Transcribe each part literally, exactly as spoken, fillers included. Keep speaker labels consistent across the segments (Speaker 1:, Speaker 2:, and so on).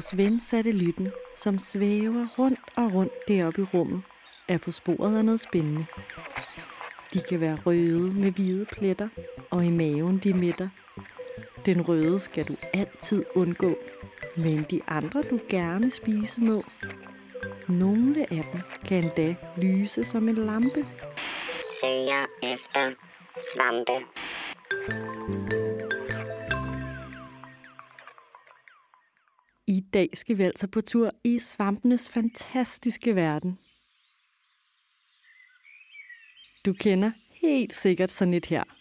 Speaker 1: Vores ven Satellytten, som svæver rundt og rundt deroppe i rummet, er på sporet af noget spændende. De kan være røde med hvide pletter, og i maven de midter. Den røde skal du altid undgå, men de andre du gerne spise må. Nogle af dem kan endda lyse som en lampe.
Speaker 2: Søger efter svampe.
Speaker 1: I dag skal vi altså på tur i svampenes fantastiske verden. Du kender helt sikkert sådan et her.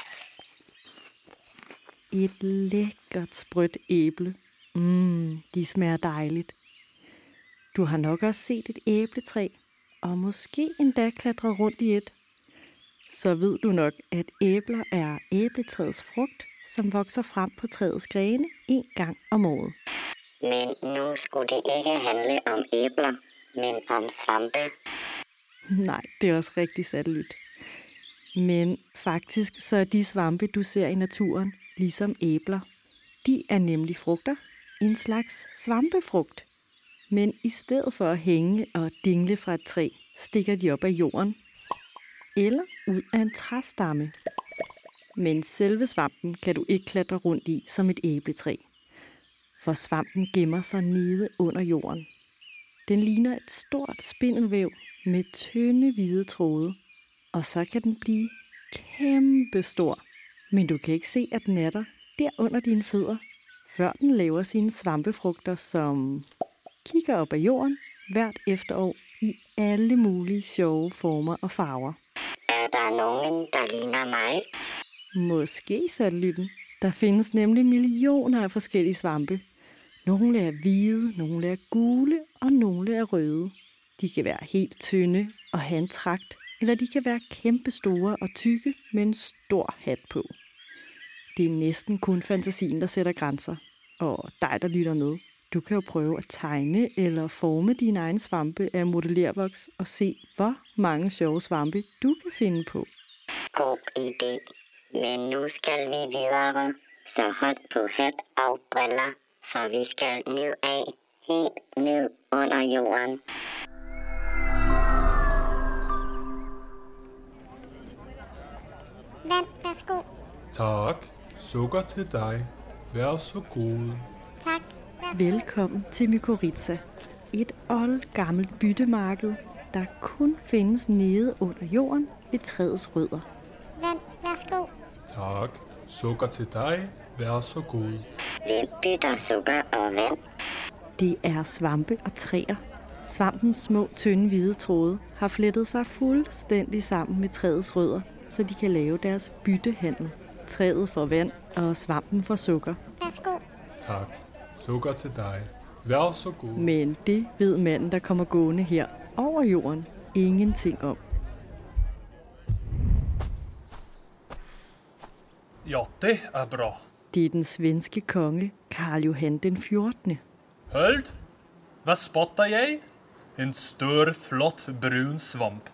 Speaker 1: Et lækkert sprødt æble. Mmm, de smager dejligt. Du har nok også set et æbletræ, og måske endda klatret rundt i et. Så ved du nok, at æbler er æbletræets frugt, som vokser frem på træets grene en gang om året.
Speaker 2: Men nu skulle det ikke handle om æbler, men om svampe.
Speaker 1: Nej, det er også rigtig Satellyt. Men faktisk så er de svampe, du ser i naturen, ligesom æbler. De er nemlig frugter, en slags svampefrugt. Men i stedet for at hænge og dingle fra et træ, stikker de op af jorden eller ud af en træstamme. Men selve svampen kan du ikke klatre rundt i som et æbletræ. For svampen gemmer sig nede under jorden. Den ligner et stort spindelvæv med tynde hvide tråde. Og så kan den blive kæmpestor. Men du kan ikke se, at den er der, der under dine fødder, før den laver sine svampefrugter, som kigger op af jorden hvert efterår i alle mulige sjove former og farver.
Speaker 2: Er der nogen, der ligner mig?
Speaker 1: Måske, Satellytten. Der findes nemlig millioner af forskellige svampe. Nogle er hvide, nogle er gule og nogle er røde. De kan være helt tynde og have en tragt, eller de kan være kæmpestore og tykke med en stor hat på. Det er næsten kun fantasien, der sætter grænser. Og dig, der lytter med, du kan jo prøve at tegne eller forme dine egne svampe af modellervoks og se, hvor mange sjove svampe du kan finde på.
Speaker 2: God idé. Men nu skal vi videre, så hold på hat og briller, for vi skal nedad, helt ned under jorden.
Speaker 3: Vand, værsgo.
Speaker 4: Tak. Sukker til dig. Vær så god.
Speaker 3: Tak. Værsgo.
Speaker 1: Velkommen til Mykorrhiza. Et oldgammelt byttemarked, der kun findes nede under jorden ved træets rødder.
Speaker 3: Vand, værsgo.
Speaker 4: Tak. Sukker til dig. Vær så god.
Speaker 2: Hvem bytter sukker og vand?
Speaker 1: Det er svampe og træer. Svampens små, tynde, hvide tråde har flettet sig fuldstændig sammen med træets rødder, så de kan lave deres byttehandel. Træet får vand, og svampen får sukker.
Speaker 3: Værsgo.
Speaker 4: Tak. Sukker til dig. Vær så god.
Speaker 1: Men det ved manden, der kommer gående her over jorden, ingenting om.
Speaker 5: Ja, det er bra.
Speaker 1: Det er den svenske konge, Karl Johan den fjortende.
Speaker 5: Hold! Hvad spotter jeg? En stor, flott, brun svamp.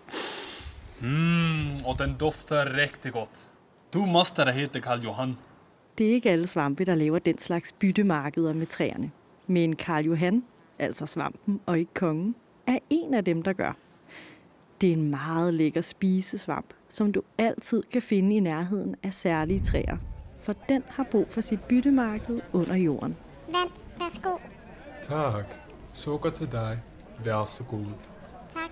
Speaker 5: Mm, og den dufter rigtig godt. Du måste da hete Karl Johan.
Speaker 1: Det er ikke alle svampe, der laver den slags byttemarkeder med træerne. Men Karl Johan, altså svampen og ikke kongen, er en af dem, der gør. Det er en meget lækker spisesvamp, som du altid kan finde i nærheden af særlige træer. For den har brug for sit byttemarked under jorden.
Speaker 3: Vand, værsgo.
Speaker 4: Tak. Sukker til dig. Vær så god.
Speaker 3: Tak.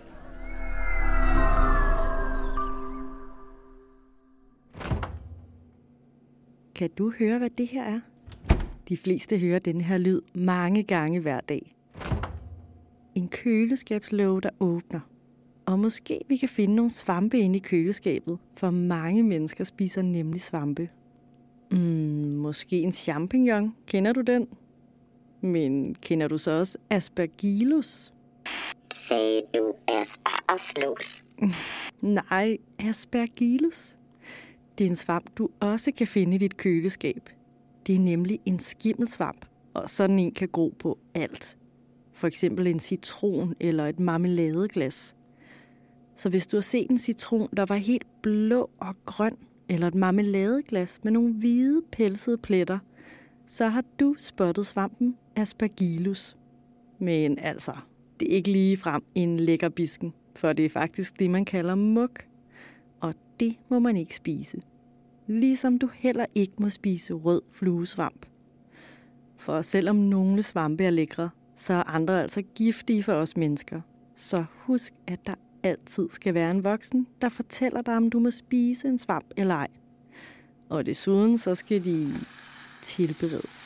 Speaker 1: Kan du høre, hvad det her er? De fleste hører den her lyd mange gange hver dag. En køleskabslåge, der åbner. Og måske vi kan finde nogle svampe inde i køleskabet, for mange mennesker spiser nemlig svampe. Mm, måske en champignon. Kender du den? Men kender du så også aspergillus?
Speaker 2: Sagde du aspargeslus?
Speaker 1: Nej, aspergillus. Det er en svamp, du også kan finde i dit køleskab. Det er nemlig en skimmelsvamp, og sådan en kan gro på alt. For eksempel en citron eller et marmeladeglas. Så hvis du har set en citron, der var helt blå og grøn, eller et marmeladeglas med nogle hvide pelsede pletter, så har du spottet svampen Aspergillus. Men altså, det er ikke lige frem en lækker bisken, for det er faktisk det, man kalder muk. Og det må man ikke spise. Ligesom du heller ikke må spise rød fluesvamp. For selvom nogle svampe er lækre, så er andre altså giftige for os mennesker. Så husk, at der altid skal være en voksen, der fortæller dig, om du må spise en svamp eller ej. Og desuden så skal de tilberedes.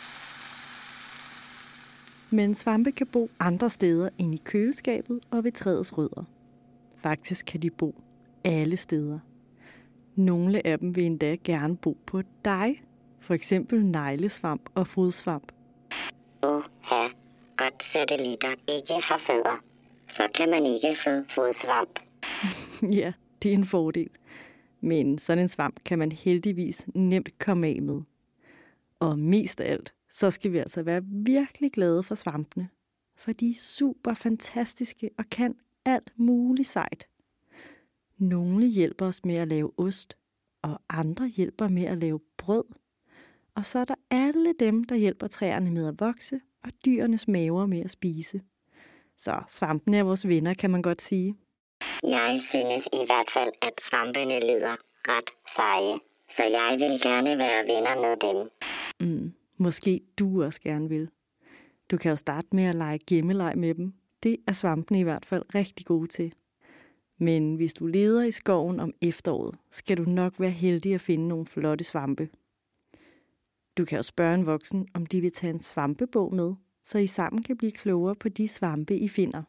Speaker 1: Men svampe kan bo andre steder end i køleskabet og ved træets rødder. Faktisk kan de bo alle steder. Nogle af dem vil endda gerne bo på dig. For eksempel neglesvamp og fodsvamp.
Speaker 2: Uha, godt satellitter ikke har fødder. Så kan man ikke få fodsvamp.
Speaker 1: Ja, det er en fordel. Men sådan en svamp kan man heldigvis nemt komme af med. Og mest af alt, så skal vi altså være virkelig glade for svampene. For de er super fantastiske og kan alt muligt sejt. Nogle hjælper os med at lave ost, og andre hjælper med at lave brød. Og så er der alle dem, der hjælper træerne med at vokse, og dyrenes maver med at spise. Så svampene er vores venner, kan man godt sige.
Speaker 2: Jeg synes i hvert fald, at svampene lyder ret seje. Så jeg vil gerne være venner med dem.
Speaker 1: Mm, måske du også gerne vil. Du kan jo starte med at lege gemmeleg med dem. Det er svampene i hvert fald rigtig gode til. Men hvis du leder i skoven om efteråret, skal du nok være heldig at finde nogle flotte svampe. Du kan jo spørge en voksen, om de vil tage en svampebog med, så I sammen kan blive klogere på de svampe, I finder.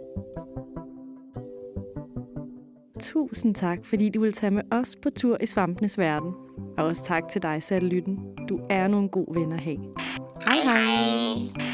Speaker 1: Tusind tak, fordi du vil tage med os på tur i svampenes verden. Og også tak til dig, Satellitten. Du er nogle gode venner at have. Hej hej!